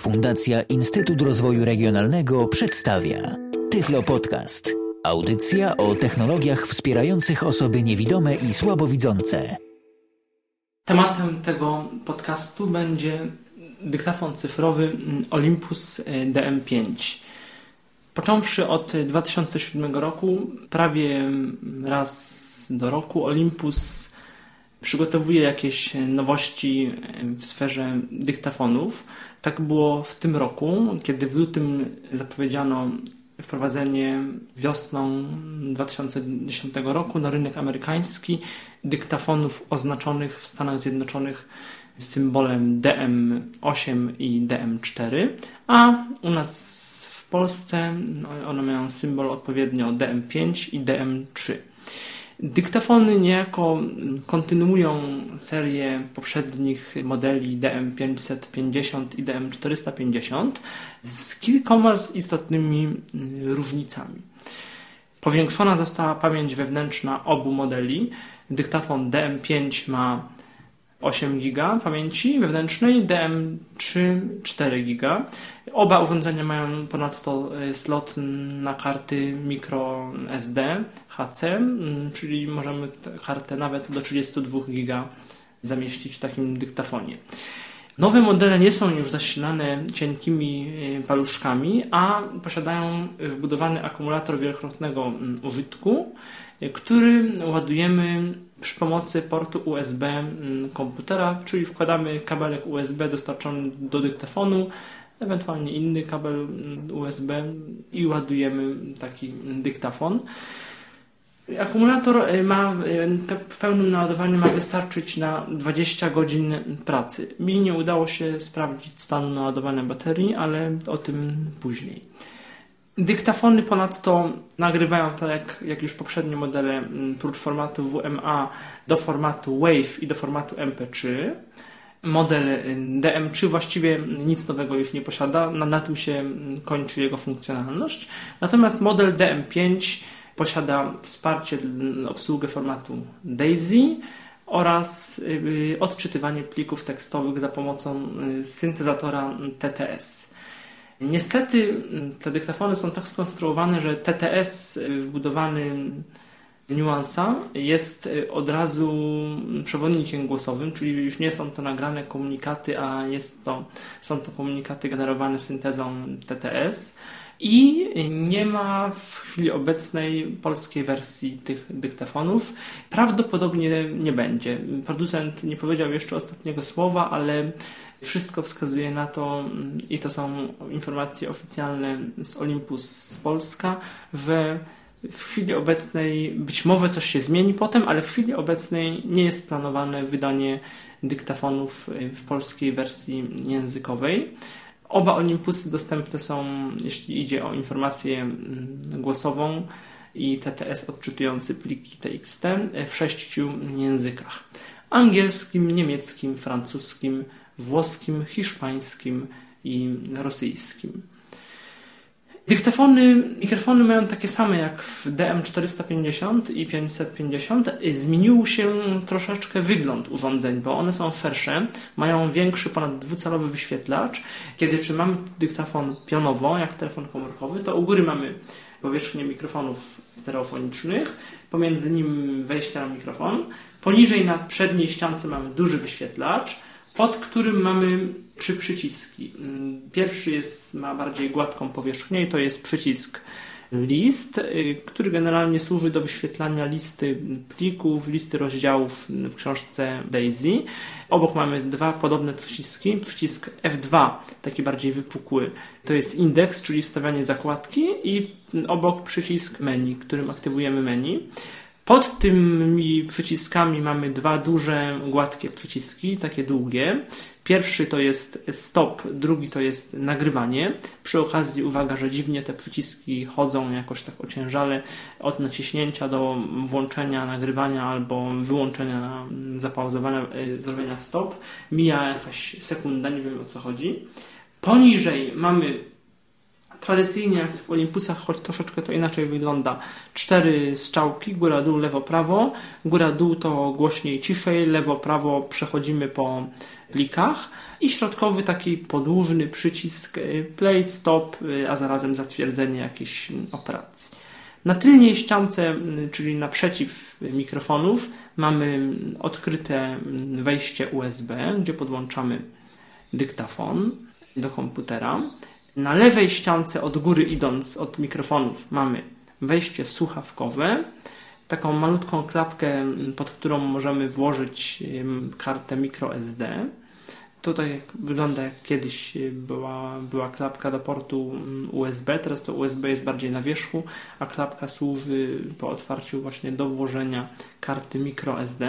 Fundacja Instytut Rozwoju Regionalnego przedstawia Tyflo Podcast. Audycja o technologiach wspierających osoby niewidome i słabowidzące. Tematem tego podcastu będzie dyktafon cyfrowy Olympus DM5. Począwszy od 2007 roku, prawie raz do roku Olympus przygotowuje jakieś nowości w sferze dyktafonów. Tak było w tym roku, kiedy w lutym zapowiedziano wprowadzenie wiosną 2010 roku na rynek amerykański dyktafonów oznaczonych w Stanach Zjednoczonych symbolem DM8 i DM4, a u nas w Polsce one mają symbol odpowiednio DM5 i DM3. Dyktafony niejako kontynuują serię poprzednich modeli DM550 i DM450 z kilkoma istotnymi różnicami. Powiększona została pamięć wewnętrzna obu modeli. Dyktafon DM5 ma 8 GB pamięci wewnętrznej, DM3 4 GB. Oba urządzenia mają ponadto slot na karty microSD HC, czyli możemy kartę nawet do 32 GB zamieścić w takim dyktafonie. Nowe modele nie są już zasilane cienkimi paluszkami, a posiadają wbudowany akumulator wielokrotnego użytku, który ładujemy przy pomocy portu USB komputera, czyli wkładamy kabelek USB dostarczony do dyktafonu, ewentualnie inny kabel USB i ładujemy taki dyktafon. Akumulator w pełnym naładowaniu ma wystarczyć na 20 godzin pracy. Mi nie udało się sprawdzić stanu naładowania baterii, ale o tym później. Dyktafony ponadto nagrywają tak jak już poprzednie modele prócz formatu WMA do formatu WAV i do formatu MP3. Model DM3 właściwie nic nowego już nie posiada, na tym się kończy jego funkcjonalność. Natomiast model DM5 posiada wsparcie obsługę formatu DAISY oraz odczytywanie plików tekstowych za pomocą syntezatora TTS. Niestety te dyktafony są tak skonstruowane, że TTS wbudowany Nuansa jest od razu przewodnikiem głosowym, czyli już nie są to nagrane komunikaty, a są to komunikaty generowane syntezą TTS i nie ma w chwili obecnej polskiej wersji tych dyktafonów. Prawdopodobnie nie będzie. Producent nie powiedział jeszcze ostatniego słowa, ale wszystko wskazuje na to, i to są informacje oficjalne z Olympus z Polska, że w chwili obecnej być może coś się zmieni potem, ale w chwili obecnej nie jest planowane wydanie dyktafonów w polskiej wersji językowej. Oba Olympusy dostępne są, jeśli idzie o informację głosową i TTS odczytujący pliki TXT w 6 językach: angielskim, niemieckim, francuskim, włoskim, hiszpańskim i rosyjskim. Mikrofony mają takie same jak w DM450 i 550. Zmienił się troszeczkę wygląd urządzeń, bo one są szersze, mają większy, ponad dwucalowy wyświetlacz. Kiedy trzymamy dyktafon pionowo, jak telefon komórkowy, to u góry mamy powierzchnię mikrofonów stereofonicznych, pomiędzy nim wejścia na mikrofon. Poniżej na przedniej ściance mamy duży wyświetlacz, pod którym mamy 3 przyciski. Pierwszy ma bardziej gładką powierzchnię i to jest przycisk list, który generalnie służy do wyświetlania listy plików, listy rozdziałów w książce DAISY. Obok mamy 2 podobne przyciski. Przycisk F2, taki bardziej wypukły, to jest indeks, czyli wstawianie zakładki, i obok przycisk menu, którym aktywujemy menu. Pod tymi przyciskami mamy 2 duże, gładkie przyciski, takie długie. Pierwszy to jest stop, drugi to jest nagrywanie. Przy okazji uwaga, że dziwnie te przyciski chodzą jakoś tak ociężale od naciśnięcia do włączenia nagrywania albo wyłączenia, zapauzowania, zrobienia stop. Mija jakaś sekunda, nie wiem o co chodzi. Poniżej mamy Tradycyjnie jak w Olympusach, choć troszeczkę to inaczej wygląda. 4 strzałki, góra, dół, lewo, prawo. Góra, dół to głośniej, ciszej, lewo, prawo przechodzimy po plikach i środkowy taki podłużny przycisk play, stop, a zarazem zatwierdzenie jakiejś operacji. Na tylnej ściance, czyli naprzeciw mikrofonów, mamy odkryte wejście USB, gdzie podłączamy dyktafon do komputera. Na lewej ściance od góry idąc od mikrofonów mamy wejście słuchawkowe, taką malutką klapkę, pod którą możemy włożyć kartę microSD. To tak jak wygląda jak kiedyś była klapka do portu USB, teraz to USB jest bardziej na wierzchu, a klapka służy po otwarciu właśnie do włożenia karty microSD.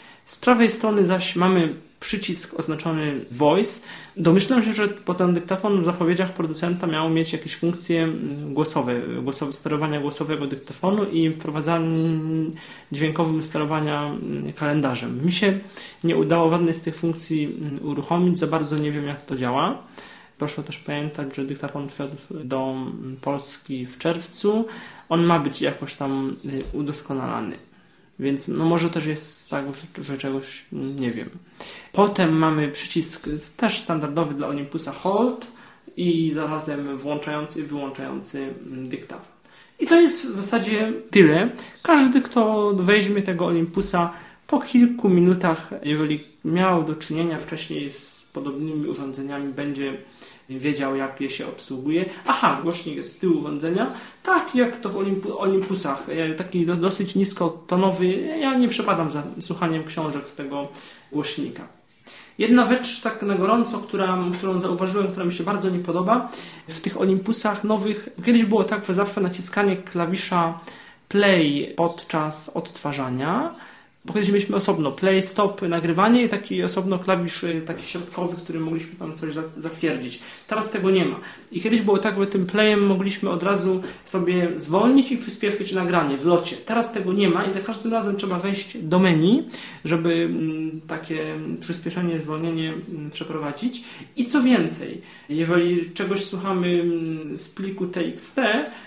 Z prawej strony zaś mamy przycisk oznaczony Voice. Domyślam się, że po ten dyktafon w zapowiedziach producenta miał mieć jakieś funkcje głosowe, sterowania głosowego dyktafonu i wprowadzania dźwiękowym sterowania kalendarzem. Mi się nie udało żadnej z tych funkcji uruchomić, za bardzo nie wiem jak to działa. Proszę też pamiętać, że dyktafon wszedł do Polski w czerwcu. On ma być jakoś tam udoskonalany. Więc no może też jest tak, że czegoś nie wiem. Potem mamy przycisk też standardowy dla Olympusa Hold i zarazem włączający i wyłączający dyktafon. I to jest w zasadzie tyle. Każdy, kto weźmie tego Olympusa po kilku minutach, jeżeli miał do czynienia wcześniej z podobnymi urządzeniami, będzie wiedział, jak je się obsługuje. Aha, głośnik jest z tyłu urządzenia. Tak jak to w Olympusach. Taki dosyć niskotonowy. Ja nie przepadam za słuchaniem książek z tego głośnika. Jedna rzecz tak na gorąco, którą zauważyłem, która mi się bardzo nie podoba. W tych Olympusach nowych, kiedyś było tak, że zawsze naciskanie klawisza play podczas odtwarzania, bo kiedyś mieliśmy osobno play, stop, nagrywanie i taki osobno klawisz taki środkowy, który mogliśmy tam coś zatwierdzić. Teraz tego nie ma. I kiedyś było tak, że tym playem mogliśmy od razu sobie zwolnić i przyspieszyć nagranie w locie. Teraz tego nie ma i za każdym razem trzeba wejść do menu, żeby takie przyspieszenie, zwolnienie przeprowadzić. I co więcej, jeżeli czegoś słuchamy z pliku TXT,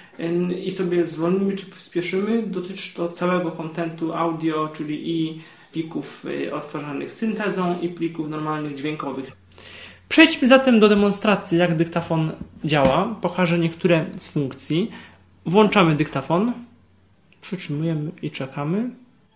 i sobie zwolnimy czy przyspieszymy, dotyczy to całego kontentu audio, czyli i plików odtwarzanych syntezą i plików normalnych dźwiękowych. Przejdźmy zatem do demonstracji, jak dyktafon działa. Pokażę niektóre z funkcji. Włączamy dyktafon, przytrzymujemy i czekamy.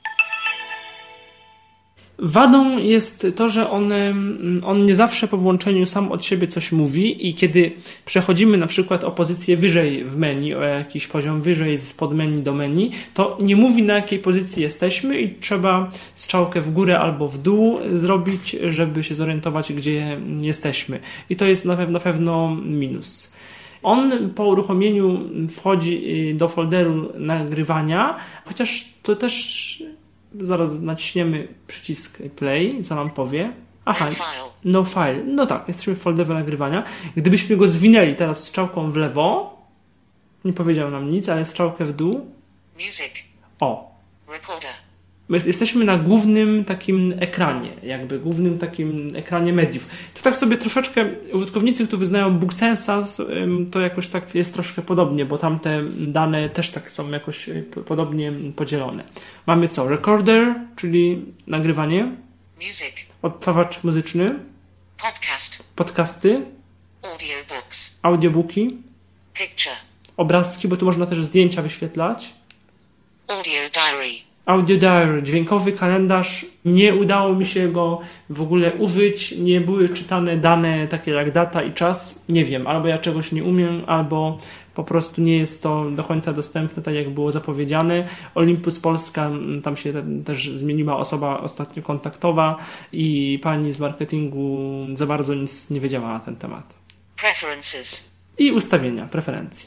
Wadą jest to, że on nie zawsze po włączeniu sam od siebie coś mówi i kiedy przechodzimy na przykład o pozycję wyżej w menu, o jakiś poziom wyżej spod menu do menu, to nie mówi na jakiej pozycji jesteśmy i trzeba strzałkę w górę albo w dół zrobić, żeby się zorientować, gdzie jesteśmy. I to jest na pewno minus. On po uruchomieniu wchodzi do folderu nagrywania, chociaż to też... Zaraz naciśniemy przycisk play, co nam powie. Aha, no file. No tak, jesteśmy w folderze nagrywania. Gdybyśmy go zwinęli teraz strzałką w lewo, nie powiedział nam nic, ale strzałkę w dół. Music. O. Recorder. Jesteśmy na głównym takim ekranie, głównym takim ekranie mediów. To tak sobie troszeczkę użytkownicy, którzy znają BookSensa, to jakoś tak jest troszkę podobnie, bo tam te dane też tak są jakoś podobnie podzielone. Mamy co? Recorder, czyli nagrywanie. Music. Odtwarzacz muzyczny. Podcast. Podcasty. Audiobooks. Audiobooki. Picture. Obrazki, bo tu można też zdjęcia wyświetlać. Audio diary. Audio diary, dźwiękowy kalendarz. Nie udało mi się go w ogóle użyć. Nie były czytane dane takie jak data i czas. Nie wiem, albo ja czegoś nie umiem, albo po prostu nie jest to do końca dostępne, tak jak było zapowiedziane. Olympus Polska, tam się też zmieniła osoba ostatnio kontaktowa i pani z marketingu za bardzo nic nie wiedziała na ten temat. Preferences. I ustawienia, preferencje.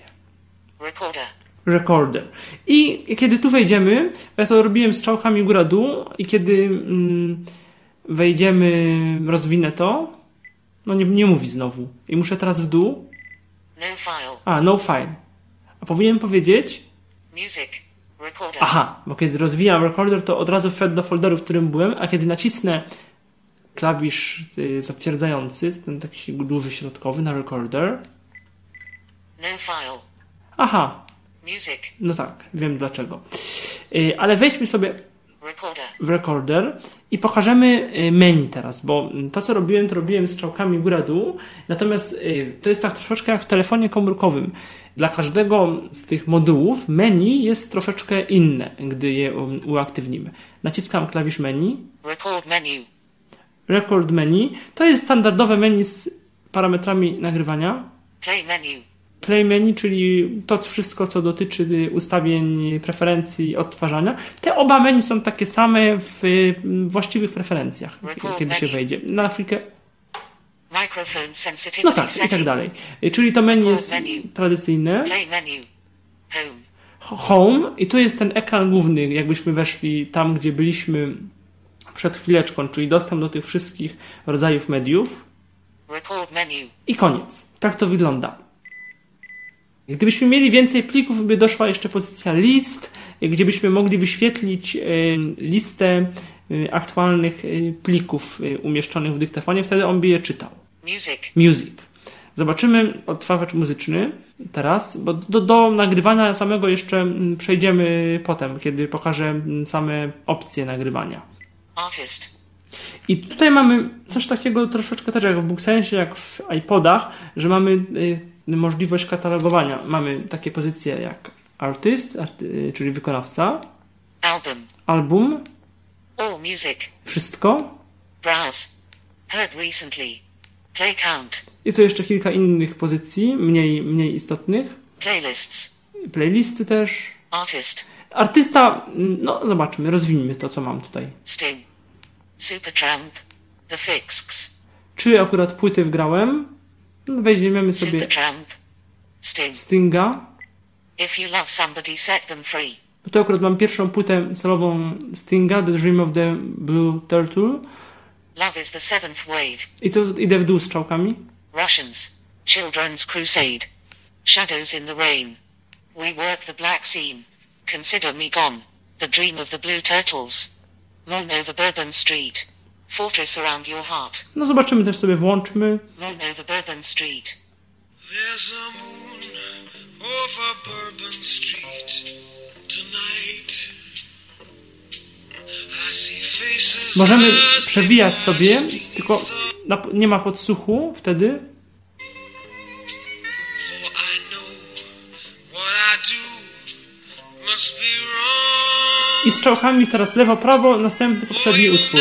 Recorder. I kiedy tu wejdziemy, ja to robiłem strzałkami góra-dół i kiedy wejdziemy, rozwinę to, no nie mówi znowu. I muszę teraz w dół. No file. No file. A powinienem powiedzieć music, recorder. Aha, bo kiedy rozwijam recorder, to od razu wszedł do folderu, w którym byłem, a kiedy nacisnę klawisz zatwierdzający, ten taki duży środkowy na recorder, No file. Aha, Music. no tak, wiem dlaczego. Ale weźmy sobie Recorder. w Recorder i pokażemy menu teraz, bo to co robiłem, to robiłem strzałkami góra-dół, natomiast to jest tak troszeczkę jak w telefonie komórkowym. Dla każdego z tych modułów menu jest troszeczkę inne, gdy je uaktywnimy. Naciskam klawisz menu. Record menu. Record menu. To jest standardowe menu z parametrami nagrywania. Play menu. Play menu, czyli to wszystko, co dotyczy ustawień, preferencji, odtwarzania. Te oba menu są takie same w właściwych preferencjach, kiedy się wejdzie. Na chwilkę. Microphone sensitivity No tak, i tak dalej. Czyli to menu jest tradycyjne. Play menu. Home. Home. I tu jest ten ekran główny, jakbyśmy weszli tam, gdzie byliśmy przed chwileczką, czyli dostęp do tych wszystkich rodzajów mediów. Record menu. I koniec. Tak to wygląda. Gdybyśmy mieli więcej plików, by doszła jeszcze pozycja list, gdzie byśmy mogli wyświetlić listę aktualnych plików umieszczonych w dyktafonie, wtedy on by je czytał. Music. Zobaczymy odtwarzacz muzyczny teraz, bo do nagrywania samego jeszcze przejdziemy potem, kiedy pokażę same opcje nagrywania. Artist. I tutaj mamy coś takiego troszeczkę też jak w BookSensie, jak w iPodach, że mamy możliwość katalogowania. Mamy takie pozycje jak artist, czyli wykonawca, album, all music, wszystko, browse, heard recently, play count. I tu jeszcze kilka innych pozycji, mniej istotnych. Playlisty też. Artysta, no zobaczmy, rozwijmy to, co mam tutaj. Sting, Supertramp, The Fixx. Czy akurat płyty wgrałem? Weźmiemy sobie Stinga. If you love somebody, set them free. Tu akurat mam pierwszą płytę solową Stinga, The Dream of the Blue Turtle. Love is the seventh wave. I tu idę w dół strzałkami. Russians, Children's Crusade, Shadows in the Rain, We Work the Black Seam, Consider Me Gone, The Dream of the Blue Turtles, Moan Over Bourbon Street, Fortress Around Your Heart. No zobaczymy, też sobie włączmy. Moan Over Bourbon Street. There's a moon over Bourbon Street tonight. I see faces. Możemy przewijać sobie, tylko nie ma podsłuchu wtedy. I strzałkami teraz lewo, prawo, następny poprzedni utwór.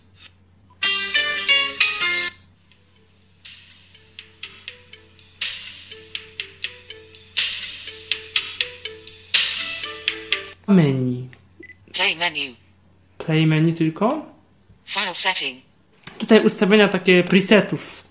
Menu. Play menu tylko. File setting. Tutaj ustawienia takie presetów.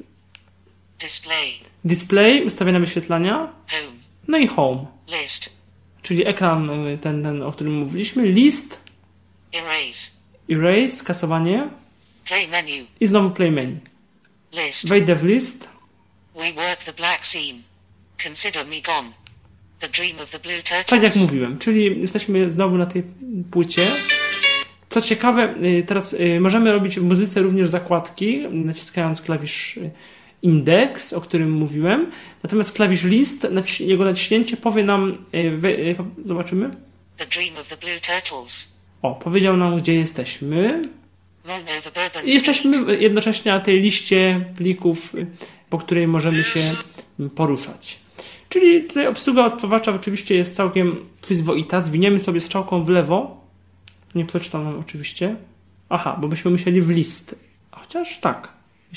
Display, ustawienia wyświetlania. Home. No i home. List. Czyli ekran ten, o którym mówiliśmy. List. Erase, kasowanie. Play menu. I znowu play menu. List. Wejdę w list. We work the black seam. Consider me gone. The dream of the blue turtles. Tak jak mówiłem, czyli jesteśmy znowu na tej płycie. Co ciekawe, teraz możemy robić w muzyce również zakładki, naciskając klawisz indeks, o którym mówiłem. Natomiast klawisz list, jego naciśnięcie powie nam, zobaczymy. The dream of the blue turtles. O, powiedział nam, gdzie jesteśmy. I jesteśmy jednocześnie na tej liście plików, po której możemy się poruszać. Czyli tutaj obsługa odtwarzacza oczywiście jest całkiem przyzwoita. Zwiniemy sobie strzałką w lewo. Nie przeczytam nam oczywiście. Aha, bo byśmy musieli w list. Chociaż tak.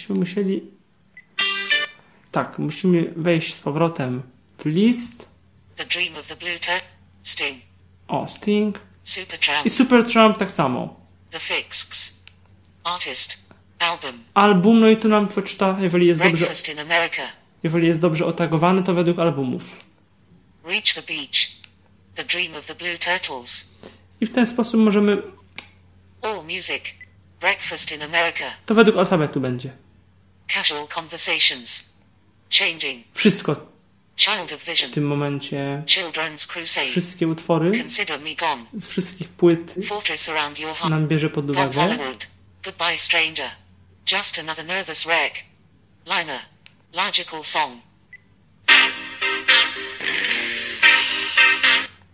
Musimy wejść z powrotem w list. The dream of the blue Sting. O, Sting. Supertramp. I Supertramp tak samo. The Fixx. Artist. Album. Album, no i tu nam przeczyta, jeżeli jest dobrze otagowany, to według albumów. Reach the beach. The dream of the blue turtles. I w ten sposób możemy... All music. Breakfast in America. To według alfabetu będzie. Casual conversations. Changing. Wszystko. Child of Vision. W tym momencie. Children's Crusade. Wszystkie utwory. Consider me gone. Z wszystkich płyt. Fortress around your heart. Nam bierze pod uwagę. Goodbye stranger. Just another nervous wreck. Liner. Logical song.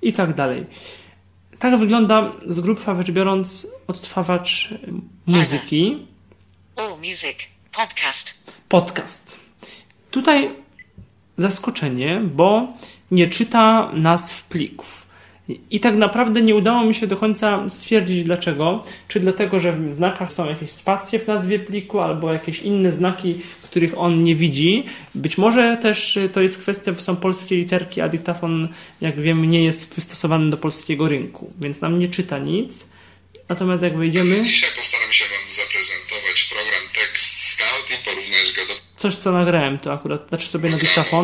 i tak dalej. Tak wygląda z grubsza rzecz biorąc odtwarzacz muzyki. All music. Podcast. Tutaj zaskoczenie, bo nie czyta nazw plików. I tak naprawdę nie udało mi się do końca stwierdzić dlaczego. Czy dlatego, że w znakach są jakieś spacje w nazwie pliku, albo jakieś inne znaki, których on nie widzi. Być może też to jest kwestia, że są polskie literki, a dyktafon, jak wiemy, nie jest przystosowany do polskiego rynku, więc nam nie czyta nic. Natomiast jak wejdziemy... Dzisiaj postaram się Wam zaprezentować program Text Scout i porównać go do... Coś, co nagrałem, to akurat znaczy sobie na dyktafon.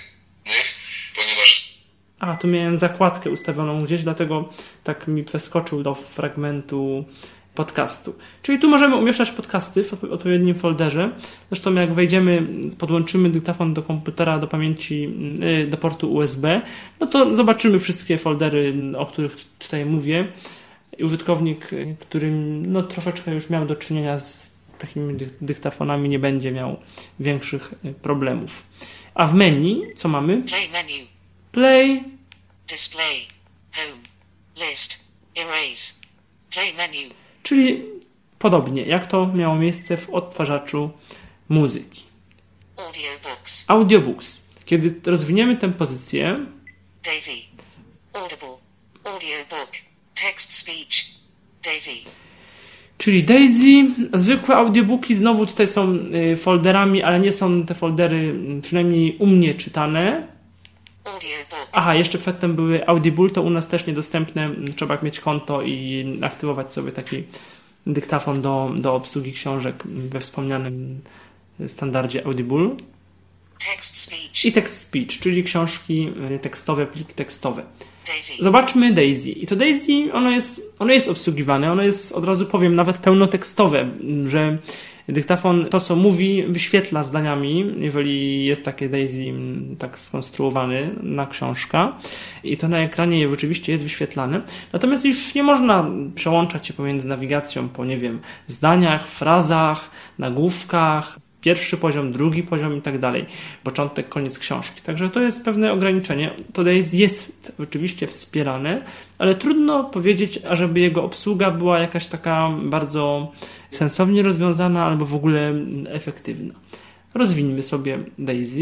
Ponieważ... Tu miałem zakładkę ustawioną gdzieś, dlatego tak mi przeskoczył do fragmentu podcastu. Czyli tu możemy umieszczać podcasty w odpowiednim folderze. Zresztą jak wejdziemy, podłączymy dyktafon do komputera, do pamięci, do portu USB, no to zobaczymy wszystkie foldery, o których tutaj mówię. I użytkownik, którym troszeczkę już miał do czynienia z takimi dyktafonami, nie będzie miał większych problemów. A w menu co mamy? Play menu. Play. Display. Home. List. Erase. Play menu. Czyli podobnie jak to miało miejsce w odtwarzaczu muzyki. Audiobooks. Audiobooks. Kiedy rozwiniemy tę pozycję, Daisy. Audible. Audiobook. Text speech. Daisy. Czyli Daisy, zwykłe audiobooki znowu tutaj są folderami, ale nie są te foldery przynajmniej u mnie czytane. Audiobook. Jeszcze przedtem były Audible, to u nas też niedostępne. Trzeba mieć konto i aktywować sobie taki dyktafon do obsługi książek we wspomnianym standardzie Audible. Text speech. I text speech, czyli książki tekstowe, pliki tekstowe. Daisy. Zobaczmy Daisy. I to Daisy, ono jest obsługiwane, ono jest, od razu powiem, nawet pełnotekstowe, że dyktafon to, co mówi, wyświetla zdaniami, jeżeli jest takie Daisy tak skonstruowany na książka i to na ekranie rzeczywiście jest wyświetlane. Natomiast już nie można przełączać się pomiędzy nawigacją po, zdaniach, frazach, nagłówkach, pierwszy poziom, drugi poziom i tak dalej. Początek, koniec książki. Także to jest pewne ograniczenie. To jest oczywiście wspierane, ale trudno powiedzieć, ażeby jego obsługa była jakaś taka bardzo sensownie rozwiązana albo w ogóle efektywna. Rozwiniemy sobie Daisy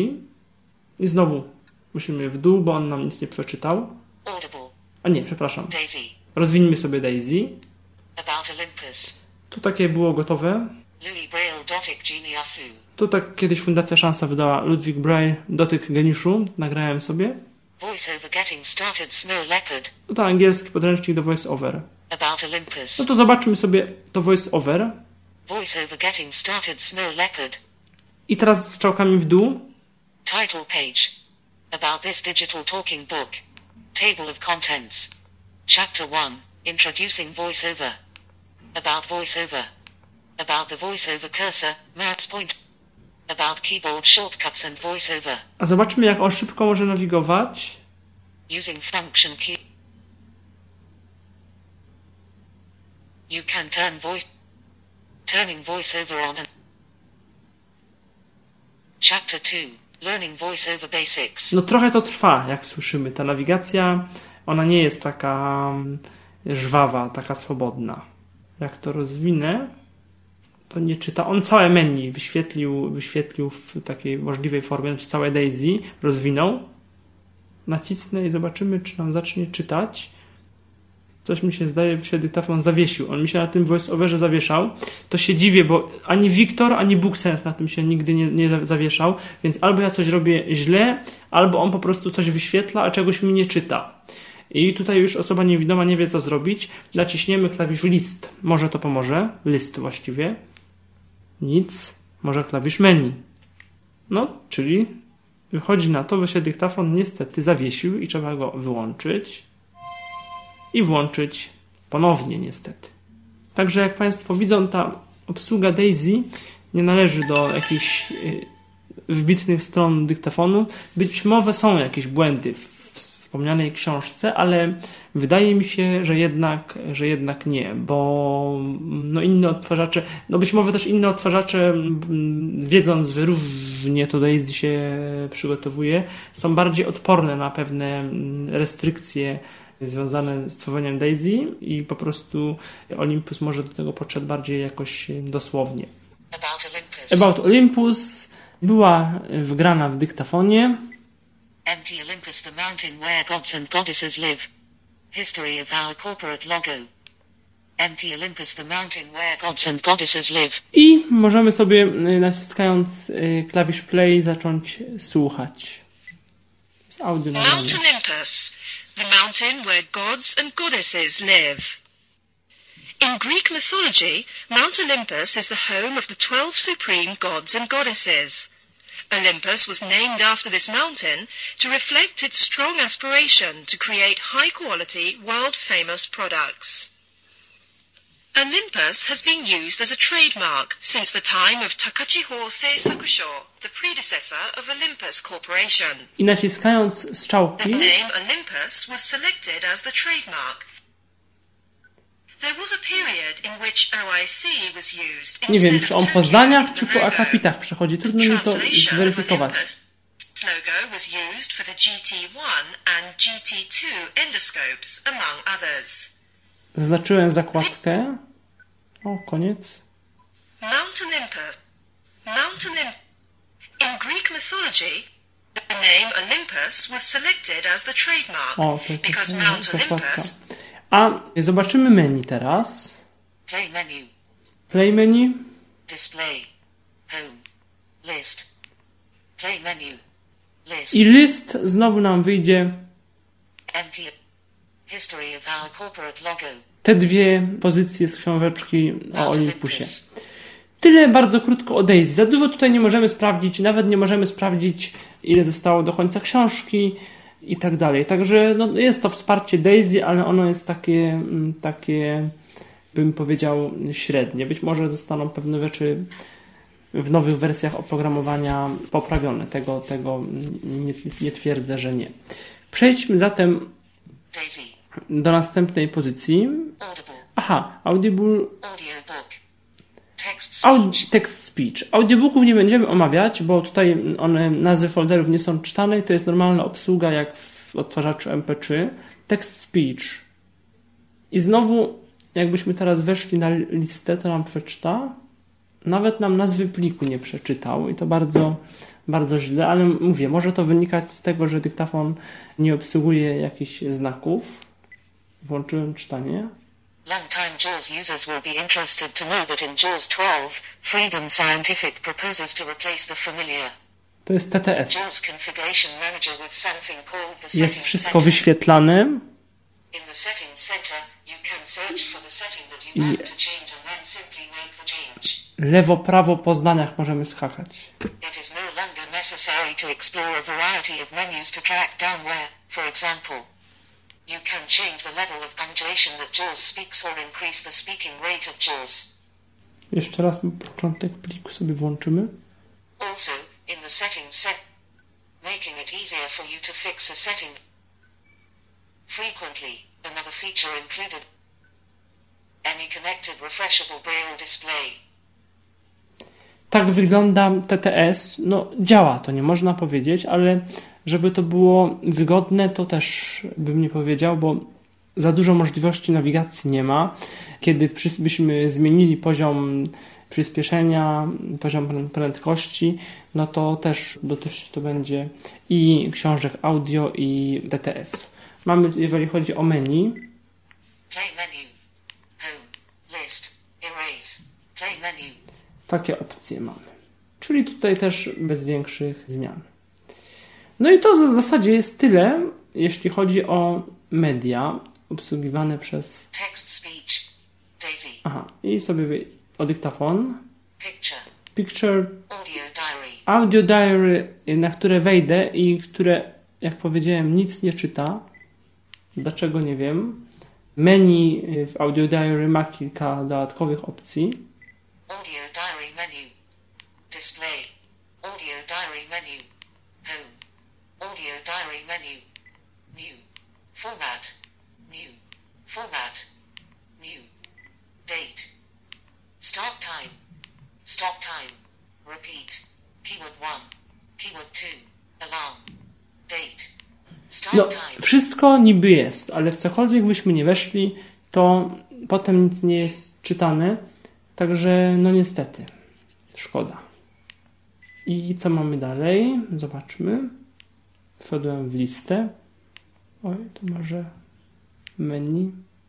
i znowu musimy w dół, bo on nam nic nie przeczytał. Audible. Daisy. Rozwiniemy sobie Daisy. About Olympus. Tu takie było gotowe. Louis Braille Dotyk Geniusu. Tu tak kiedyś Fundacja Szansa wydała Ludwig Braille Dotyk Geniuszu. Nagrałem sobie. Voiceover Getting Started Snow Leopard. To angielski podręcznik do voice-over. About Olympus. No to zobaczmy sobie to voice-over. Voiceover Getting Started Snow Leopard. I teraz z strzałkami w dół. Title page. About this digital talking book. Table of contents. Chapter 1. Introducing voiceover. About voiceover. About the voiceover cursor, maps point. About keyboard shortcuts and voiceover. A zobaczmy, jak on szybko może nawigować. Using function key. You can turning voiceover on and Chapter 2. Learning voiceover basics. No trochę to trwa, jak słyszymy. Ta nawigacja, ona nie jest taka żwawa, taka swobodna. Jak to rozwinę, to nie czyta. On całe menu wyświetlił w takiej możliwej formie, znaczy całe Daisy rozwinął. Nacisnę i zobaczymy, czy nam zacznie czytać. Coś mi się zdaje, że się dyktafon zawiesił. On mi się na tym voice-overze zawieszał. To się dziwię, bo ani Wiktor, ani BookSense na tym się nigdy nie zawieszał, więc albo ja coś robię źle, albo on po prostu coś wyświetla, a czegoś mi nie czyta. I tutaj już osoba niewidoma nie wie, co zrobić. Naciśniemy klawisz list. Może to pomoże. List właściwie. Nic. Może klawisz menu. No, czyli wychodzi na to, że się dyktafon niestety zawiesił i trzeba go wyłączyć i włączyć ponownie niestety. Także jak Państwo widzą, ta obsługa Daisy nie należy do jakichś wybitnych stron dyktafonu. Być może są jakieś błędy w wspomnianej książce, ale wydaje mi się, że jednak nie, bo inne odtwarzacze, być może też inne odtwarzacze, wiedząc, że różnie to Daisy się przygotowuje, są bardziej odporne na pewne restrykcje związane z tworzeniem Daisy i po prostu Olympus może do tego podszedł bardziej jakoś dosłownie. About Olympus była wgrana w dyktafonie. Empty Olympus, the mountain where gods and goddesses live. History of our corporate logo. Empty Olympus, the mountain where gods and goddesses live. I możemy sobie, naciskając klawisz play, zacząć słuchać. Z audio nagrania. Mount Olympus, the mountain where gods and goddesses live. In Greek mythology, Mount Olympus is the home of the 12 supreme gods and goddesses. Olympus was named after this mountain to reflect its strong aspiration to create high-quality, world-famous products. Olympus has been used as a trademark since the time of Takachi Hosei Sakusho, the predecessor of Olympus Corporation. I naciskając strzałki, The name Olympus was selected as the trademark. There was a period in which OIC was used nie wiem, instead czy of on po Tokyo zdaniach, in czy the po logo. akapitach przechodzi. Trudno mi to Translation of zweryfikować. Olympus logo was used for the GT1 and GT2 endoscopes, among others. Zaznaczyłem zakładkę. O, koniec. Mount Olympus. In Greek mythology, the name Olympus was selected as the trademark O, to jest because Mount zakładka. Olympus. A zobaczymy menu teraz. Play menu. Play menu. Display. Home. List. Play menu. List. I list znowu nam wyjdzie. Empty. History of our corporate logo. Te dwie pozycje z książeczki o Mount Olympusie. Olympus. Tyle bardzo krótko o Daisy. Za dużo tutaj nie możemy sprawdzić, nawet nie możemy sprawdzić, ile zostało do końca książki i tak dalej. Także no, jest to wsparcie Daisy, ale ono jest takie, bym powiedział, średnie. Być może zostaną pewne rzeczy w nowych wersjach oprogramowania poprawione. Tego nie twierdzę, że nie. Przejdźmy zatem Daisy. do następnej pozycji. Audible. Aha, Audible. Audiobook. Text speech. Text speech. Audiobooków nie będziemy omawiać, bo tutaj one, nazwy folderów nie są czytane i to jest normalna obsługa jak w odtwarzaczu MP3. Text speech. I znowu, jakbyśmy teraz weszli na listę, to nam przeczyta. Nawet nam nazwy pliku nie przeczytał i to bardzo, bardzo źle, ale mówię, może to wynikać z tego, że dyktafon nie obsługuje jakichś znaków. Włączyłem czytanie. Long-time JAWS users will be interested to know that in JAWS 12, Freedom Scientific proposes to replace the familiar To jest TTS. JAWS Configuration Manager with something called the Jest Settings wszystko Center. wyświetlane. In the Settings Center, you can search for the setting that you want to change and then simply make the change. Lewo, prawo po zdaniach możemy skakać. It is no longer necessary to explore a variety of menus to track down where, for example, you can change the level of punctuation that JAWS speaks or increase the speaking rate of JAWS. Jeszcze raz początek pliku sobie włączymy. Also, in the settings set, making it easier for you to fix a setting. Frequently, another feature included any connected refreshable braille display. Tak wygląda TTS. No, działa to, nie można powiedzieć, ale żeby to było wygodne, to też bym nie powiedział, bo za dużo możliwości nawigacji nie ma. Kiedy byśmy zmienili poziom przyspieszenia, poziom prędkości, no to też dotyczyć to będzie i książek audio, i TTS. Mamy, jeżeli chodzi o menu, Play menu. Home. List. Erase. Play menu. takie opcje mamy. Czyli tutaj też bez większych zmian. No i to w zasadzie jest tyle, jeśli chodzi o media obsługiwane przez... Text speech. Daisy. Aha, i sobie o dyktafon. Picture. Picture, Audio diary. audio diary, na które wejdę i które, jak powiedziałem, nic nie czyta. Dlaczego, nie wiem. Menu w audio diary ma kilka dodatkowych opcji. Audio diary menu. Display. Audio diary menu. Home. Audio diary menu. New. Format. New. Format. New. Date. Start time. Stop time. Repeat. Keyword 1. Keyword 2. Alarm. Date. Start No, time. wszystko niby jest, ale w cokolwiek byśmy nie weszli, to potem nic nie jest czytane. Także, no niestety, szkoda. I co mamy dalej? Zobaczmy. Wszedłem w listę. Oj, to może menu.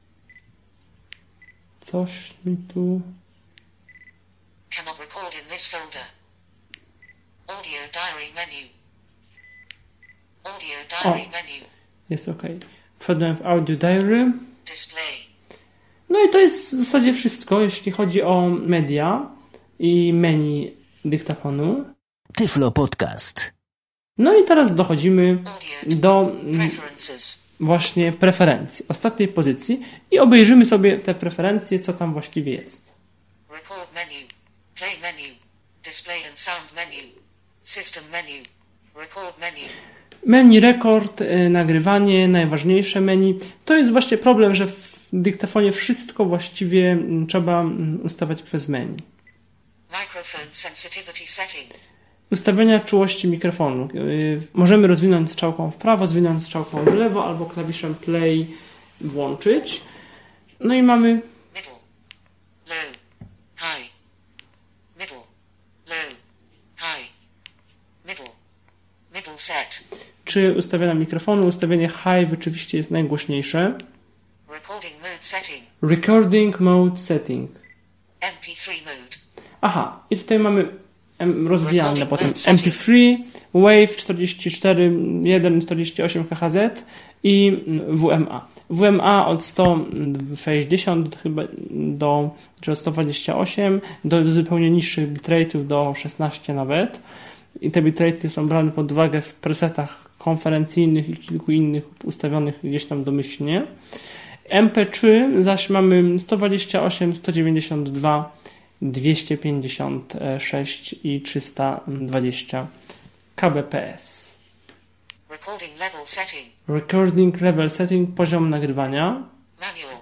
Coś mi tu... Cannot record in this folder. Audio diary menu. Audio diary menu. Jest ok. Wszedłem w Audio Diary. Display. No i to jest w zasadzie wszystko, jeśli chodzi o media i menu dyktafonu. Tyflo Podcast. No i teraz dochodzimy Audio. do Preferences. właśnie preferencji, ostatniej pozycji i obejrzymy sobie te preferencje, co tam właściwie jest. Record menu. Play menu. Display and sound menu. System menu. Record menu. Menu rekord, nagrywanie, najważniejsze menu. To jest właśnie problem, że w dyktafonie wszystko właściwie trzeba ustawiać przez menu. Microphone sensitivity setting. Ustawienia czułości mikrofonu. Możemy rozwinąć strzałką w prawo, zwinąć strzałką w lewo albo klawiszem play włączyć. No i mamy Middle. Low. High. Middle. Low. High. Middle. Middle set. czy ustawienia mikrofonu. Ustawienie high rzeczywiście jest najgłośniejsze. Recording mode setting. Recording mode setting. MP3 mode. Aha, i tutaj mamy rozwijane potem Recording MP3, Wave 44, 1,48 KHz i WMA. WMA od 160 chyba czy od 128 do zupełnie niższych bitrate'ów do 16 nawet. I te bitrate'y są brane pod uwagę w presetach konferencyjnych i kilku innych ustawionych gdzieś tam domyślnie. MP3 zaś mamy 128, 192, 256 i 320 kbps. Recording level setting. Recording level setting, poziom nagrywania. Manual.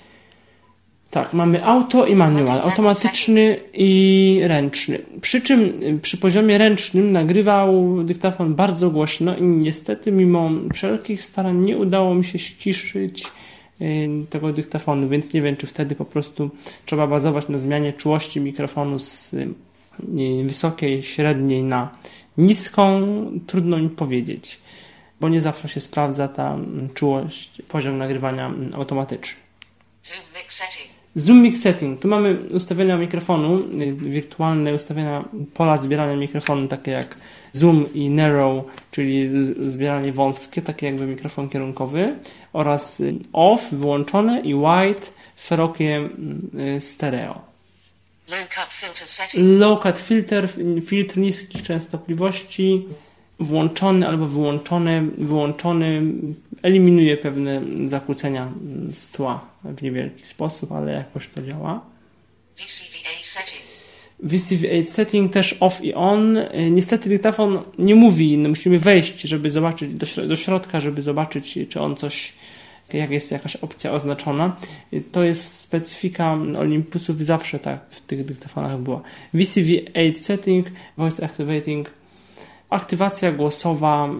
Tak, mamy auto i manual, automatyczny i ręczny. Przy czym przy poziomie ręcznym nagrywał dyktafon bardzo głośno i niestety mimo wszelkich starań nie udało mi się ściszyć tego dyktafonu, więc nie wiem, czy wtedy po prostu trzeba bazować na zmianie czułości mikrofonu z wysokiej, średniej na niską. Trudno mi powiedzieć, bo nie zawsze się sprawdza ta czułość, poziom nagrywania automatyczny. Zoom mix setting. Zoom mix setting. Tu mamy ustawienia mikrofonu, wirtualne ustawienia pola zbierania mikrofonu, takie jak zoom i narrow, czyli zbieranie wąskie, takie jakby mikrofon kierunkowy, oraz off, wyłączone, i wide, szerokie stereo. Low cut filter setting. Low cut filter, filtr niskich częstotliwości, włączony albo wyłączony, eliminuje pewne zakłócenia z tła w niewielki sposób, ale jakoś to działa. VCV8 setting. VCV8 setting też off i on. Niestety dyktafon nie mówi, musimy wejść, żeby zobaczyć do środka, żeby zobaczyć, czy on coś, jak jest jakaś opcja oznaczona. To jest specyfika Olympusów i zawsze tak w tych dyktafonach była. VCV8 setting, voice activating, aktywacja głosowa.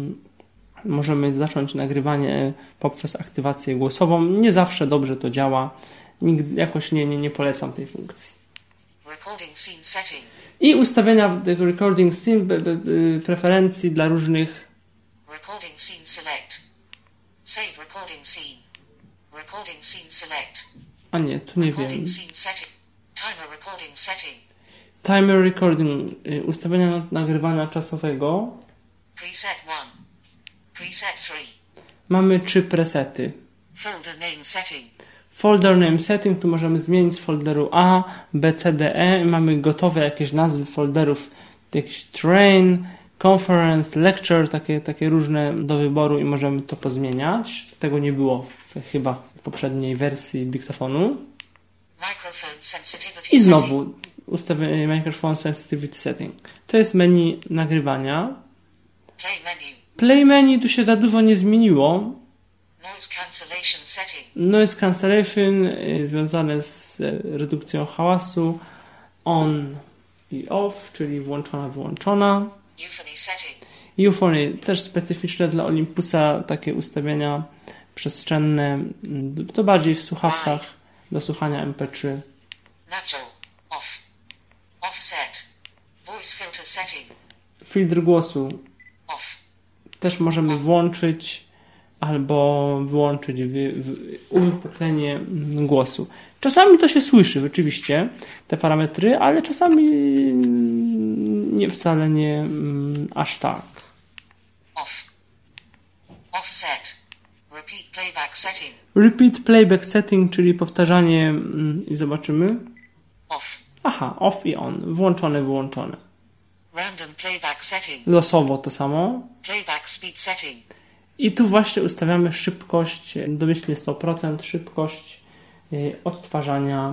Możemy zacząć nagrywanie poprzez aktywację głosową. Nie zawsze dobrze to działa. Jakoś nie polecam tej funkcji. Recording scene setting. I ustawienia recording scene, preferencji dla różnych. Recording scene select. Save recording scene. Recording scene select. A nie, tu nie wiem. Recording scene setting. Timer recording setting. Timer recording, ustawienia nagrywania czasowego. Preset 1. Preset 3. Mamy 3 presety. Folder name setting. Folder name setting, tu możemy zmienić z folderu A, B, C, D, E. Mamy gotowe jakieś nazwy folderów, jakiś train, conference, lecture, takie różne do wyboru i możemy to pozmieniać. Tego nie było chyba w poprzedniej wersji dyktafonu. Microphone sensitivity I setting. znowu ustawienie Microphone Sensitivity Setting. To jest menu nagrywania. Play menu. Play menu, tu się za dużo nie zmieniło. Noise cancellation setting. Noise cancellation związane z redukcją hałasu. On i off, czyli włączona, wyłączona. Euphony setting. Euphony też specyficzne dla Olympusa, takie ustawienia przestrzenne, to bardziej w słuchawkach do słuchania MP3. Natural. Off. Offset. Voice filter setting. Filtr głosu Off. też możemy włączyć albo wyłączyć uwypuklenie głosu. Czasami to się słyszy rzeczywiście, te parametry, ale czasami nie, wcale nie aż tak. Off. Offset. Repeat playback setting. Repeat playback setting, czyli powtarzanie i zobaczymy. Off. Aha, off i on. Włączone, wyłączone. Random playback setting. Losowo to samo. Playback speed setting. I tu właśnie ustawiamy szybkość, domyślnie 100%, szybkość odtwarzania.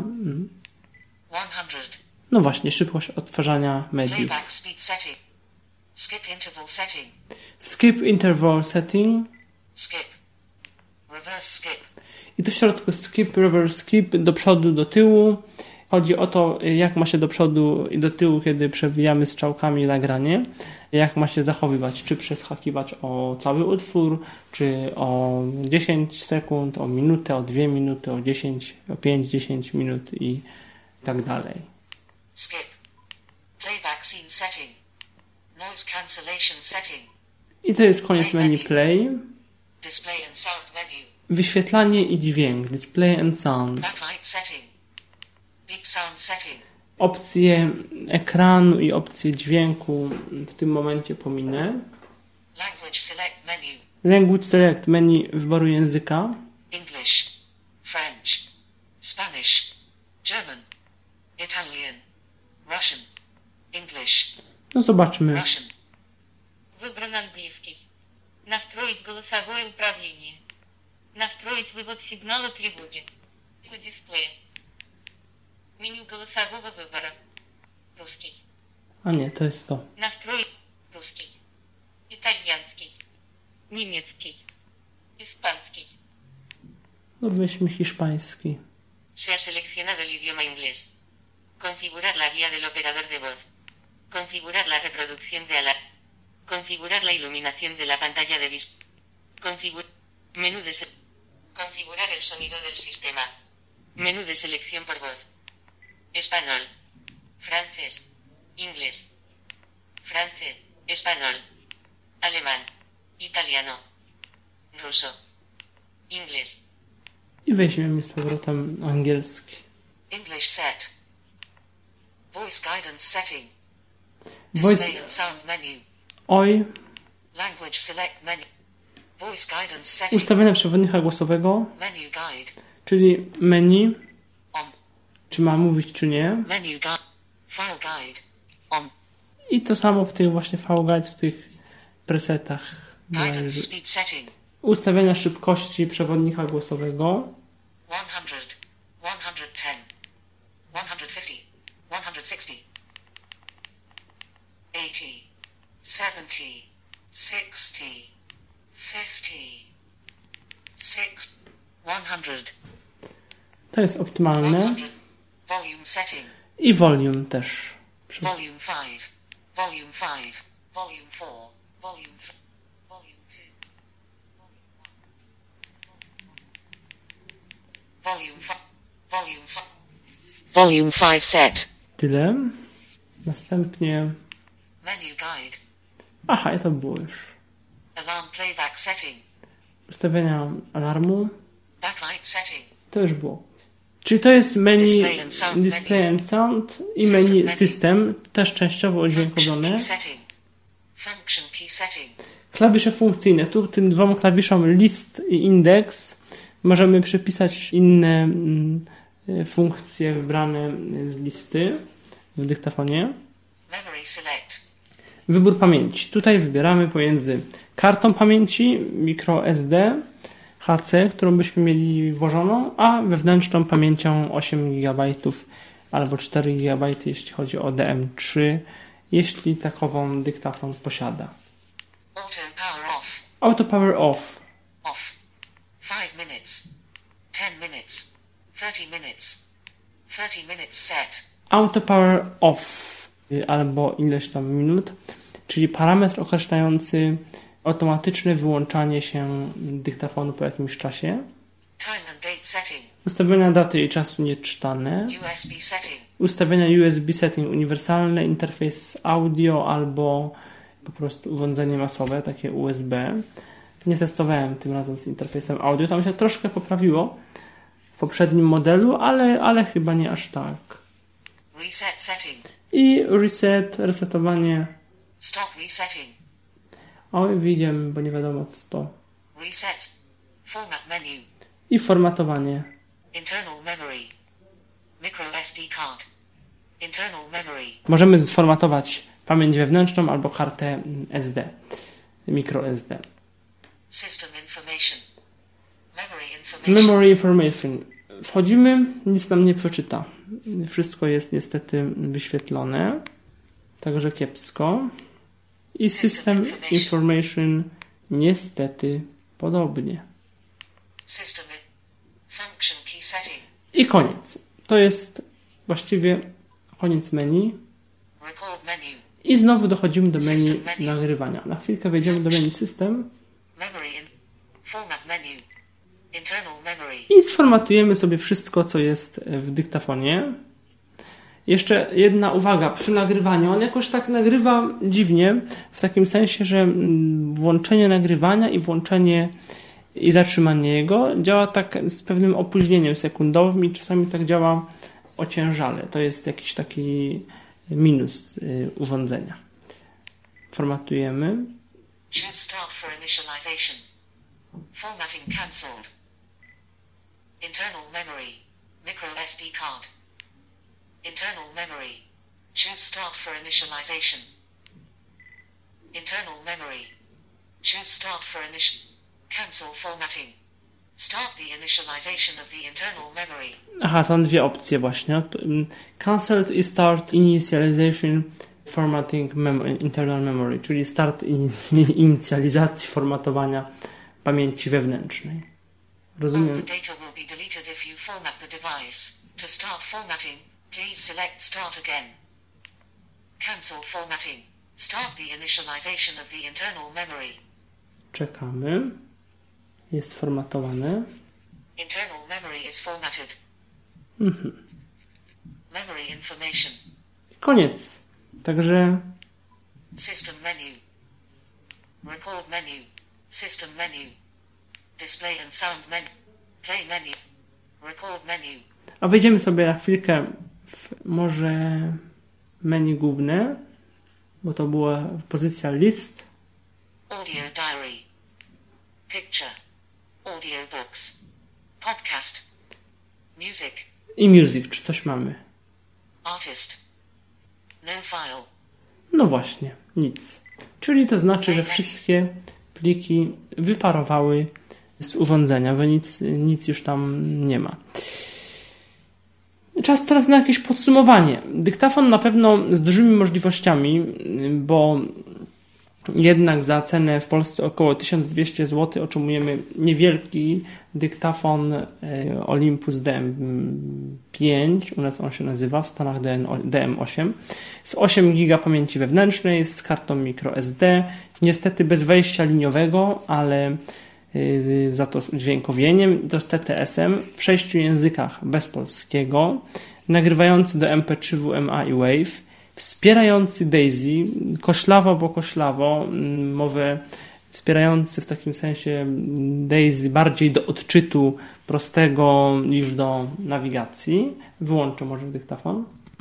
100. No właśnie, szybkość odtwarzania mediów. Playback speed setting. Skip interval setting. Skip interval setting. Skip. Reverse skip. I tu w środku skip, reverse skip, do przodu, do tyłu. Chodzi o to, jak ma się do przodu i do tyłu, kiedy przewijamy strzałkami nagranie. Jak ma się zachowywać, czy przeskakiwać o cały utwór, czy o 10 sekund, o minutę, o 2 minuty, o 10, o 5-10 minut i tak dalej. Skip. Playback scene setting. Noise cancellation setting. I to jest koniec menu play. Display and sound menu. Wyświetlanie i dźwięk, display and sound. Backlight setting. Beep sound setting. Opcje ekranu i opcje dźwięku w tym momencie pominę. Language select menu. Language select, menu wyboru języka. English. French. Spanish. German. Italian. Russian. English. No zobaczmy. Russian. Выбран английский. Настроить голосовое управление. Настроить вывод сигнала тревоги. По дисплею. Меню голосового выбора. Русский. A nie, to jest to. Настроить русский. Итальянский. Немецкий. Испанский. No weźmy hiszpański. Se ha seleccionado el idioma inglés. Configurar la guía del operador de voz. Configurar la reproducción de alarma. Configurar la iluminación de la pantalla de vis. Menú de configurar el sonido del sistema. Menú de selección por voz. Español. Francés. Inglés. Francés. Español. Alemán. Italiano. Ruso. Inglés. I weźmiemy z powrotem angielski. English set. Voice guidance setting. Voice- Display and sound menu. Oj, Language select menu. Voice guidance setting. ustawienia przewodnika głosowego, Menu guide. czyli menu, On. czy ma mówić, czy nie. Menu guide. File guide. On. I to samo w tych właśnie V-Guide, w tych presetach. Guidance speed setting. Ustawienia szybkości przewodnika głosowego. 100. 110. 150. 160. 80. 70. 60. 50. 6. 100. To jest optymalne. 100. Volume setting. I volume też. Volume 5. Volume 5. Volume 4. Volume 3. Volume 2. Volume 5. Volume 5. Volume 5 set. Tyle. Następnie... Menu guide. Aha, i to było już. Alarm playback setting. Ustawienia alarmu. Backlight setting. To już było. Czyli to jest menu Display and sound i System menu menu. system, też częściowo Function udźwiękowione. key setting. Function key setting. Klawisze funkcyjne. Tu tym dwom klawiszom list i indeks możemy przypisać inne funkcje wybrane z listy w dyktafonie. Memory select. Wybór pamięci. Tutaj wybieramy pomiędzy kartą pamięci microSD HC, którą byśmy mieli włożoną, a wewnętrzną pamięcią 8 GB albo 4 GB, jeśli chodzi o DM3, jeśli takową dyktafon posiada. Auto power off. Auto power off. Off. 5 minutes. 10 minutes. 30 minutes. 30 minutes set. Auto power off albo ileś tam minut. czyli parametr określający automatyczne wyłączanie się dyktafonu po jakimś czasie. Time and date setting. Ustawienia daty i czasu nieczytane. USB setting. Ustawienia USB setting, uniwersalny interfejs audio albo po prostu urządzenie masowe, takie USB. Nie testowałem tym razem z interfejsem audio. Tam się troszkę poprawiło w poprzednim modelu, ale chyba nie aż tak. Reset setting. I resetowanie. Stop resetting. Oj, widzimy, bo nie wiadomo co to. Reset. Format menu. I formatowanie. Internal memory. Micro SD card. Internal memory. Możemy sformatować pamięć wewnętrzną albo kartę SD. Micro SD. System information. Memory information. Memory information. Wchodzimy, nic nam nie przeczyta. Wszystko jest niestety wyświetlone. Także kiepsko. I system information niestety podobnie. System function key setting. I koniec. To jest właściwie koniec menu. Record menu. I znowu dochodzimy do menu nagrywania. Na chwilkę wejdziemy do menu system. Memory in format menu. Internal memory. I sformatujemy sobie wszystko, co jest w dyktafonie. Jeszcze jedna uwaga. Przy nagrywaniu on jakoś tak nagrywa dziwnie, w takim sensie, że włączenie nagrywania i włączenie i zatrzymanie jego działa tak z pewnym opóźnieniem sekundowym i czasami tak działa ociężale. To jest jakiś taki minus urządzenia. Formatujemy. Choose start for initialization. Formatting cancelled. Internal memory. Micro SD card. Internal memory. Choose start for initialization. Internal memory. Choose start for cancel formatting. Start the initialization of the internal memory. Aha, są dwie opcje właśnie. Cancelled i start initialization formatting internal memory, czyli start inicjalizacji formatowania pamięci wewnętrznej. Rozumiem. All the data will be deleted if you format the device. To start formatting, please select start again. Cancel formatting. Start the initialization of the internal memory. Czekamy. Jest formatowane. Internal memory is formatted. Memory information. Koniec. Także System menu. Record menu. System menu. Display and sound menu. Play menu. Record menu. a wejdziemy sobie na chwilkę w może menu główne, bo to była pozycja list. Audio diary. Picture. Audiobooks. Podcast. Music. I music, czy coś mamy? Artist. No file. No właśnie, nic. Czyli to znaczy, że wszystkie pliki wyparowały z urządzenia, że nic już tam nie ma. Czas teraz na jakieś podsumowanie. Dyktafon na pewno z dużymi możliwościami, bo jednak za cenę w Polsce około 1200 zł otrzymujemy niewielki dyktafon Olympus DM5, u nas on się nazywa, w Stanach DM8, z 8 GB pamięci wewnętrznej, z kartą microSD, niestety bez wejścia liniowego, ale za to z udźwiękowieniem, to z TTS-em, w 6 językach bez polskiego, nagrywający do MP3, WMA i WAV, wspierający DAISY, koślawo, bo koślawo, może wspierający w takim sensie DAISY bardziej do odczytu prostego niż do nawigacji. Wyłączę może dyktafon.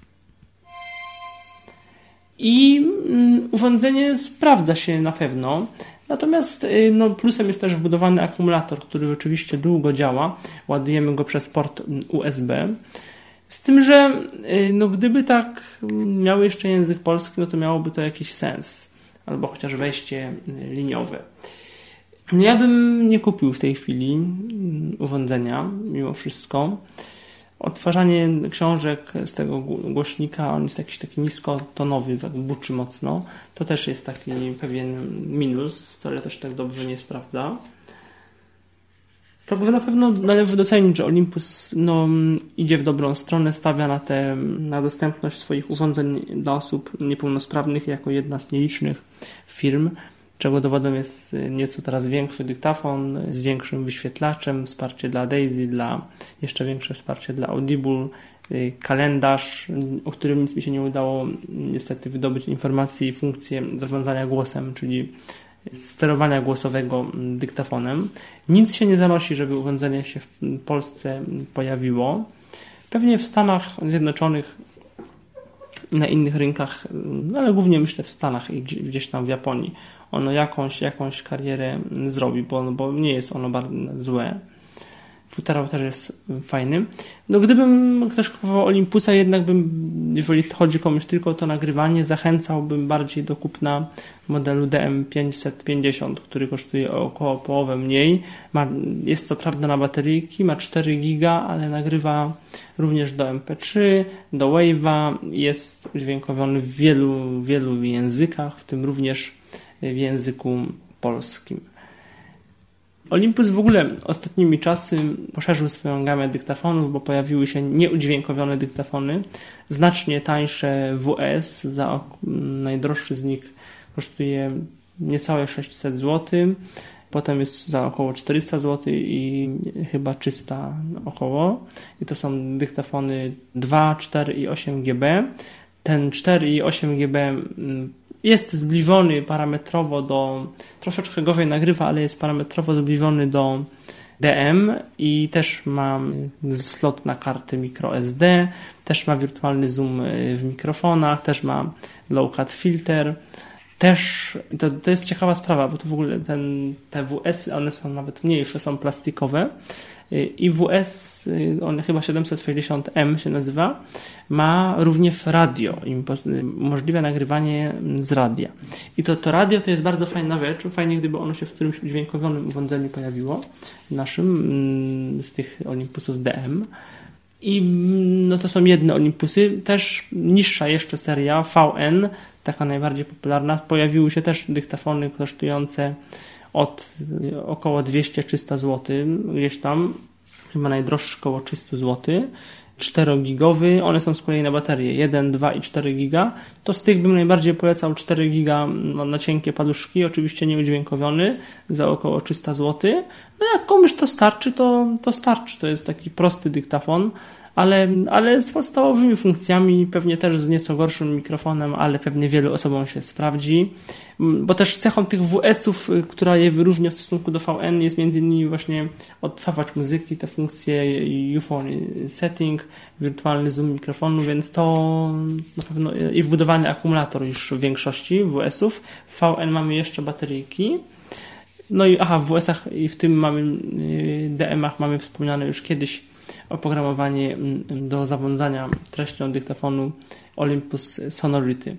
I urządzenie sprawdza się na pewno. Natomiast plusem jest też wbudowany akumulator, który rzeczywiście długo działa. Ładujemy go przez port USB. Z tym, że gdyby tak miał jeszcze język polski, to miałoby to jakiś sens. Albo chociaż wejście liniowe. Ja bym nie kupił w tej chwili urządzenia, mimo wszystko. Odtwarzanie książek z tego głośnika, on jest jakiś taki niskotonowy, tak buczy mocno. To też jest taki pewien minus, wcale też tak dobrze nie sprawdza. Także na pewno należy docenić, że Olympus idzie w dobrą stronę, stawia na dostępność swoich urządzeń dla osób niepełnosprawnych jako jedna z nielicznych firm, czego dowodem jest nieco teraz większy dyktafon z większym wyświetlaczem, wsparcie dla Daisy, jeszcze większe wsparcie dla Audible, kalendarz, o którym nic mi się nie udało niestety wydobyć informacji, funkcję zarządzania głosem, czyli sterowania głosowego dyktafonem. Nic się nie zanosi, żeby urządzenie się w Polsce pojawiło. Pewnie w Stanach Zjednoczonych i na innych rynkach, ale głównie myślę w Stanach i gdzieś tam w Japonii ono jakąś karierę zrobi, bo nie jest ono bardzo złe. Futerał też jest fajny. Gdybym ktoś kupował Olympusa, jednak jeżeli chodzi komuś tylko o to nagrywanie, zachęcałbym bardziej do kupna modelu DM550, który kosztuje około połowę mniej. Jest co prawda na bateryjki, ma 4 giga, ale nagrywa również do MP3, do Wave'a, jest udźwiękowiony w wielu językach, w tym również w języku polskim. Olympus w ogóle ostatnimi czasy poszerzył swoją gamę dyktafonów, bo pojawiły się nieudźwiękowione dyktafony, znacznie tańsze WS, najdroższy z nich kosztuje niecałe 600 zł, potem jest za około 400 zł i chyba 300 około. I to są dyktafony 2, 4 i 8 GB. Ten 4 i 8 GB jest zbliżony parametrowo troszeczkę gorzej nagrywa, ale jest parametrowo zbliżony do DM i też ma slot na karty microSD, też ma wirtualny zoom w mikrofonach, też ma low cut filter. To jest ciekawa sprawa, bo to w ogóle te WS, one są nawet mniejsze, są plastikowe i WS, on chyba 760M się nazywa, ma również radio, umożliwia nagrywanie z radia. I to radio to jest bardzo fajna rzecz, fajnie gdyby ono się w którymś udźwiękowionym urządzeniu pojawiło, naszym, z tych Olympusów DM. I to są jedne Olympusy, też niższa jeszcze seria VN, taka najbardziej popularna. Pojawiły się też dyktafony kosztujące od około 200-300 zł, gdzieś tam, chyba najdroższy około 300 zł, 4-gigowy, one są z kolei na baterie 1, 2 i 4 giga, to z tych bym najbardziej polecał 4 giga na cienkie paluszki, oczywiście nieudźwiękowiony, za około 300 zł. Jak komuś to starczy, to starczy, to jest taki prosty dyktafon, ale z podstawowymi funkcjami, pewnie też z nieco gorszym mikrofonem, ale pewnie wielu osobom się sprawdzi, bo też cechą tych WS-ów, która je wyróżnia w stosunku do VN, jest między innymi właśnie odtwarzać muzyki, te funkcje UFO setting, wirtualny zoom mikrofonu, więc to na pewno i wbudowany akumulator już w większości WS-ów. W VN mamy jeszcze bateryjki. W WS-ach i w tym DM-ach mamy wspomniane już kiedyś oprogramowanie do zarządzania treścią dyktafonu Olympus Sonority.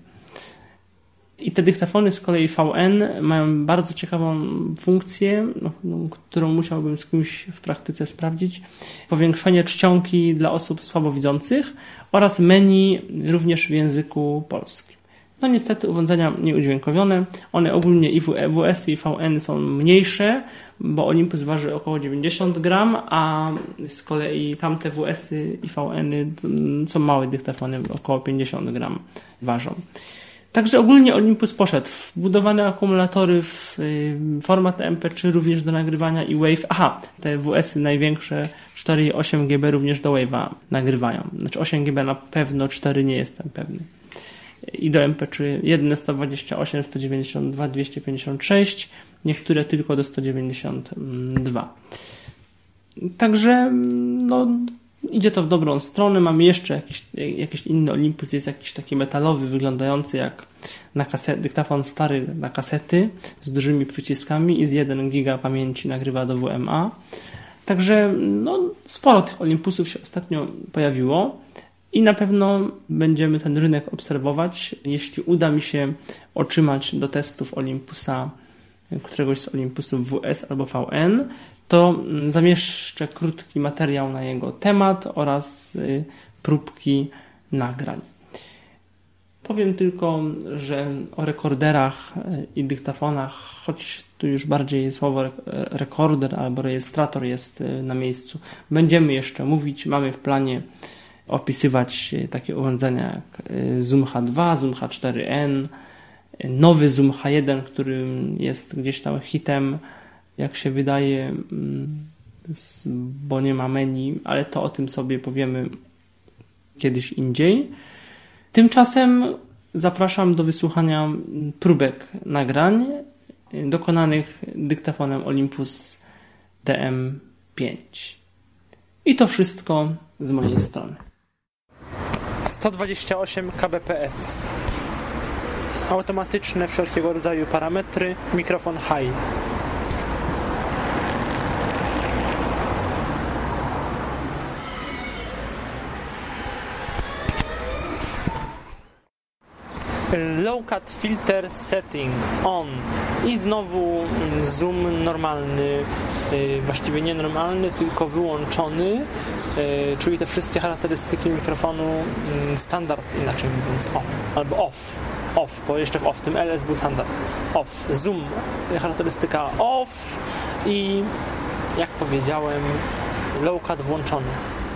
I te dyktafony z kolei VN mają bardzo ciekawą funkcję, którą musiałbym z kimś w praktyce sprawdzić. Powiększenie czcionki dla osób słabowidzących oraz menu również w języku polskim. Niestety urządzenia nieudźwiękowione, one ogólnie i WS i VN są mniejsze, bo Olympus waży około 90 gram, a z kolei tamte WS-y i VN-y są małe dyktafony, około 50 gram ważą. Także ogólnie Olympus poszedł w wbudowane akumulatory, w format MP3 również do nagrywania i Wave. Te WS-y największe 4,8 GB również do Wave'a nagrywają. Znaczy 8 GB na pewno, 4 nie jestem pewny. I do MP3 jedne 128, 192, 256, niektóre tylko do 192. Także idzie to w dobrą stronę. Mamy jeszcze jakiś inny Olympus, jest jakiś taki metalowy, wyglądający jak dyktafon stary na kasety z dużymi przyciskami i z 1 giga pamięci nagrywa do WMA. Także sporo tych Olympusów się ostatnio pojawiło. I na pewno będziemy ten rynek obserwować. Jeśli uda mi się otrzymać do testów Olympusa, któregoś z Olympusów WS albo VN, to zamieszczę krótki materiał na jego temat oraz próbki nagrań. Powiem tylko, że o rekorderach i dyktafonach, choć tu już bardziej słowo rekorder albo rejestrator jest na miejscu, będziemy jeszcze mówić. Mamy w planie opisywać takie urządzenia jak Zoom H2, Zoom H4n, nowy Zoom H1, który jest gdzieś tam hitem, jak się wydaje, bo nie ma menu, ale to o tym sobie powiemy kiedyś indziej. Tymczasem zapraszam do wysłuchania próbek nagrań dokonanych dyktafonem Olympus DM5. I to wszystko z mojej strony. 128 kbps. Automatyczne wszelkiego rodzaju parametry. Mikrofon high. Low cut filter setting on i znowu zoom normalny, właściwie nie normalny, tylko wyłączony, czyli te wszystkie charakterystyki mikrofonu standard, inaczej mówiąc on, albo off, bo jeszcze w tym LS był standard, off, zoom, charakterystyka off i jak powiedziałem low cut włączony.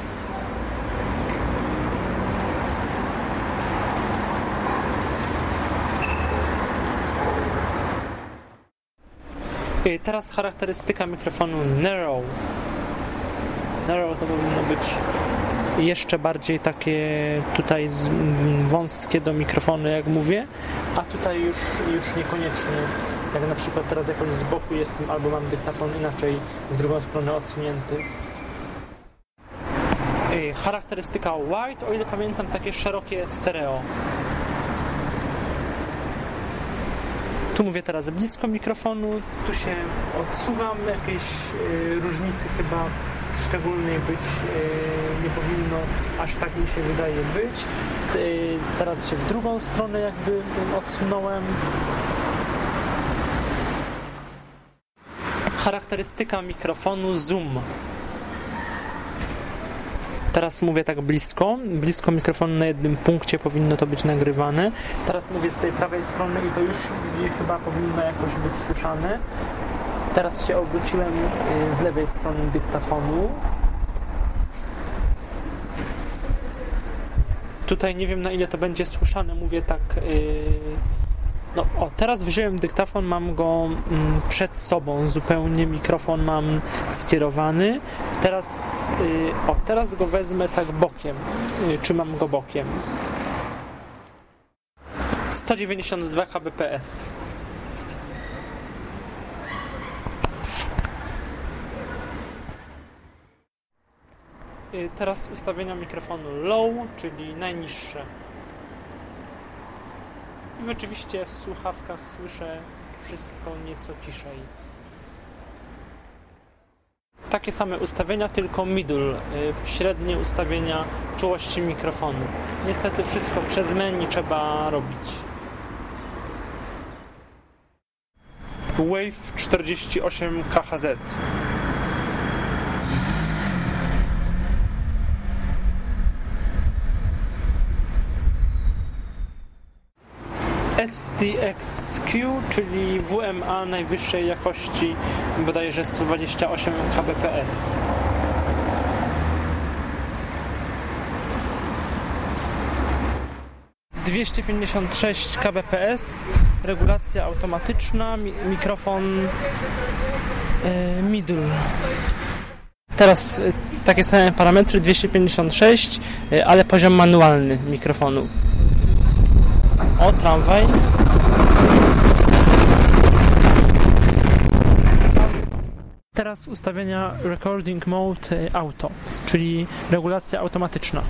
Teraz charakterystyka mikrofonu narrow. Narrow to powinno być jeszcze bardziej takie tutaj wąskie do mikrofonu, jak mówię, a tutaj już niekoniecznie. Jak na przykład teraz jakoś z boku jestem, albo mam dyktafon inaczej w drugą stronę odsunięty. Charakterystyka wide, o ile pamiętam, takie szerokie stereo. Tu mówię teraz blisko mikrofonu, tu się odsuwam, jakiejś różnicy chyba szczególnej być nie powinno, aż tak mi się wydaje być. Teraz się w drugą stronę jakby odsunąłem. Charakterystyka mikrofonu zoom. Teraz mówię tak blisko mikrofonu, na jednym punkcie powinno to być nagrywane. Teraz mówię z tej prawej strony i to już chyba powinno jakoś być słyszane. Teraz się obróciłem z lewej strony dyktafonu. Tutaj nie wiem, na ile to będzie słyszane, mówię tak... teraz wziąłem dyktafon, mam go przed sobą, zupełnie mikrofon mam skierowany. Teraz go wezmę tak bokiem. Trzymam go bokiem. 192 kbps. Teraz ustawienia mikrofonu low, czyli najniższe. I oczywiście w słuchawkach słyszę wszystko nieco ciszej. Takie same ustawienia, tylko middle, średnie ustawienia czułości mikrofonu. Niestety wszystko przez menu trzeba robić. Wave 48 KHZ. STXQ, czyli WMA najwyższej jakości, bodajże 128 kbps. ...256 kbps, regulacja automatyczna, mikrofon middle. Teraz takie same parametry, 256, ale poziom manualny mikrofonu. O, tramwaj. Teraz ustawienia Recording Mode Auto, czyli regulacja automatyczna.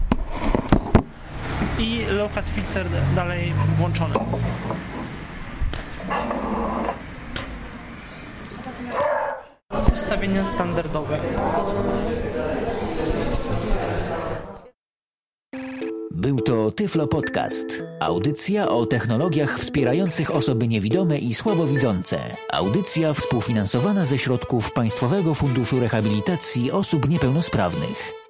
I Low Cut Filter dalej włączony. Ustawienia standardowe. Był to Tyflo Podcast. Audycja o technologiach wspierających osoby niewidome i słabowidzące. Audycja współfinansowana ze środków Państwowego Funduszu Rehabilitacji Osób Niepełnosprawnych.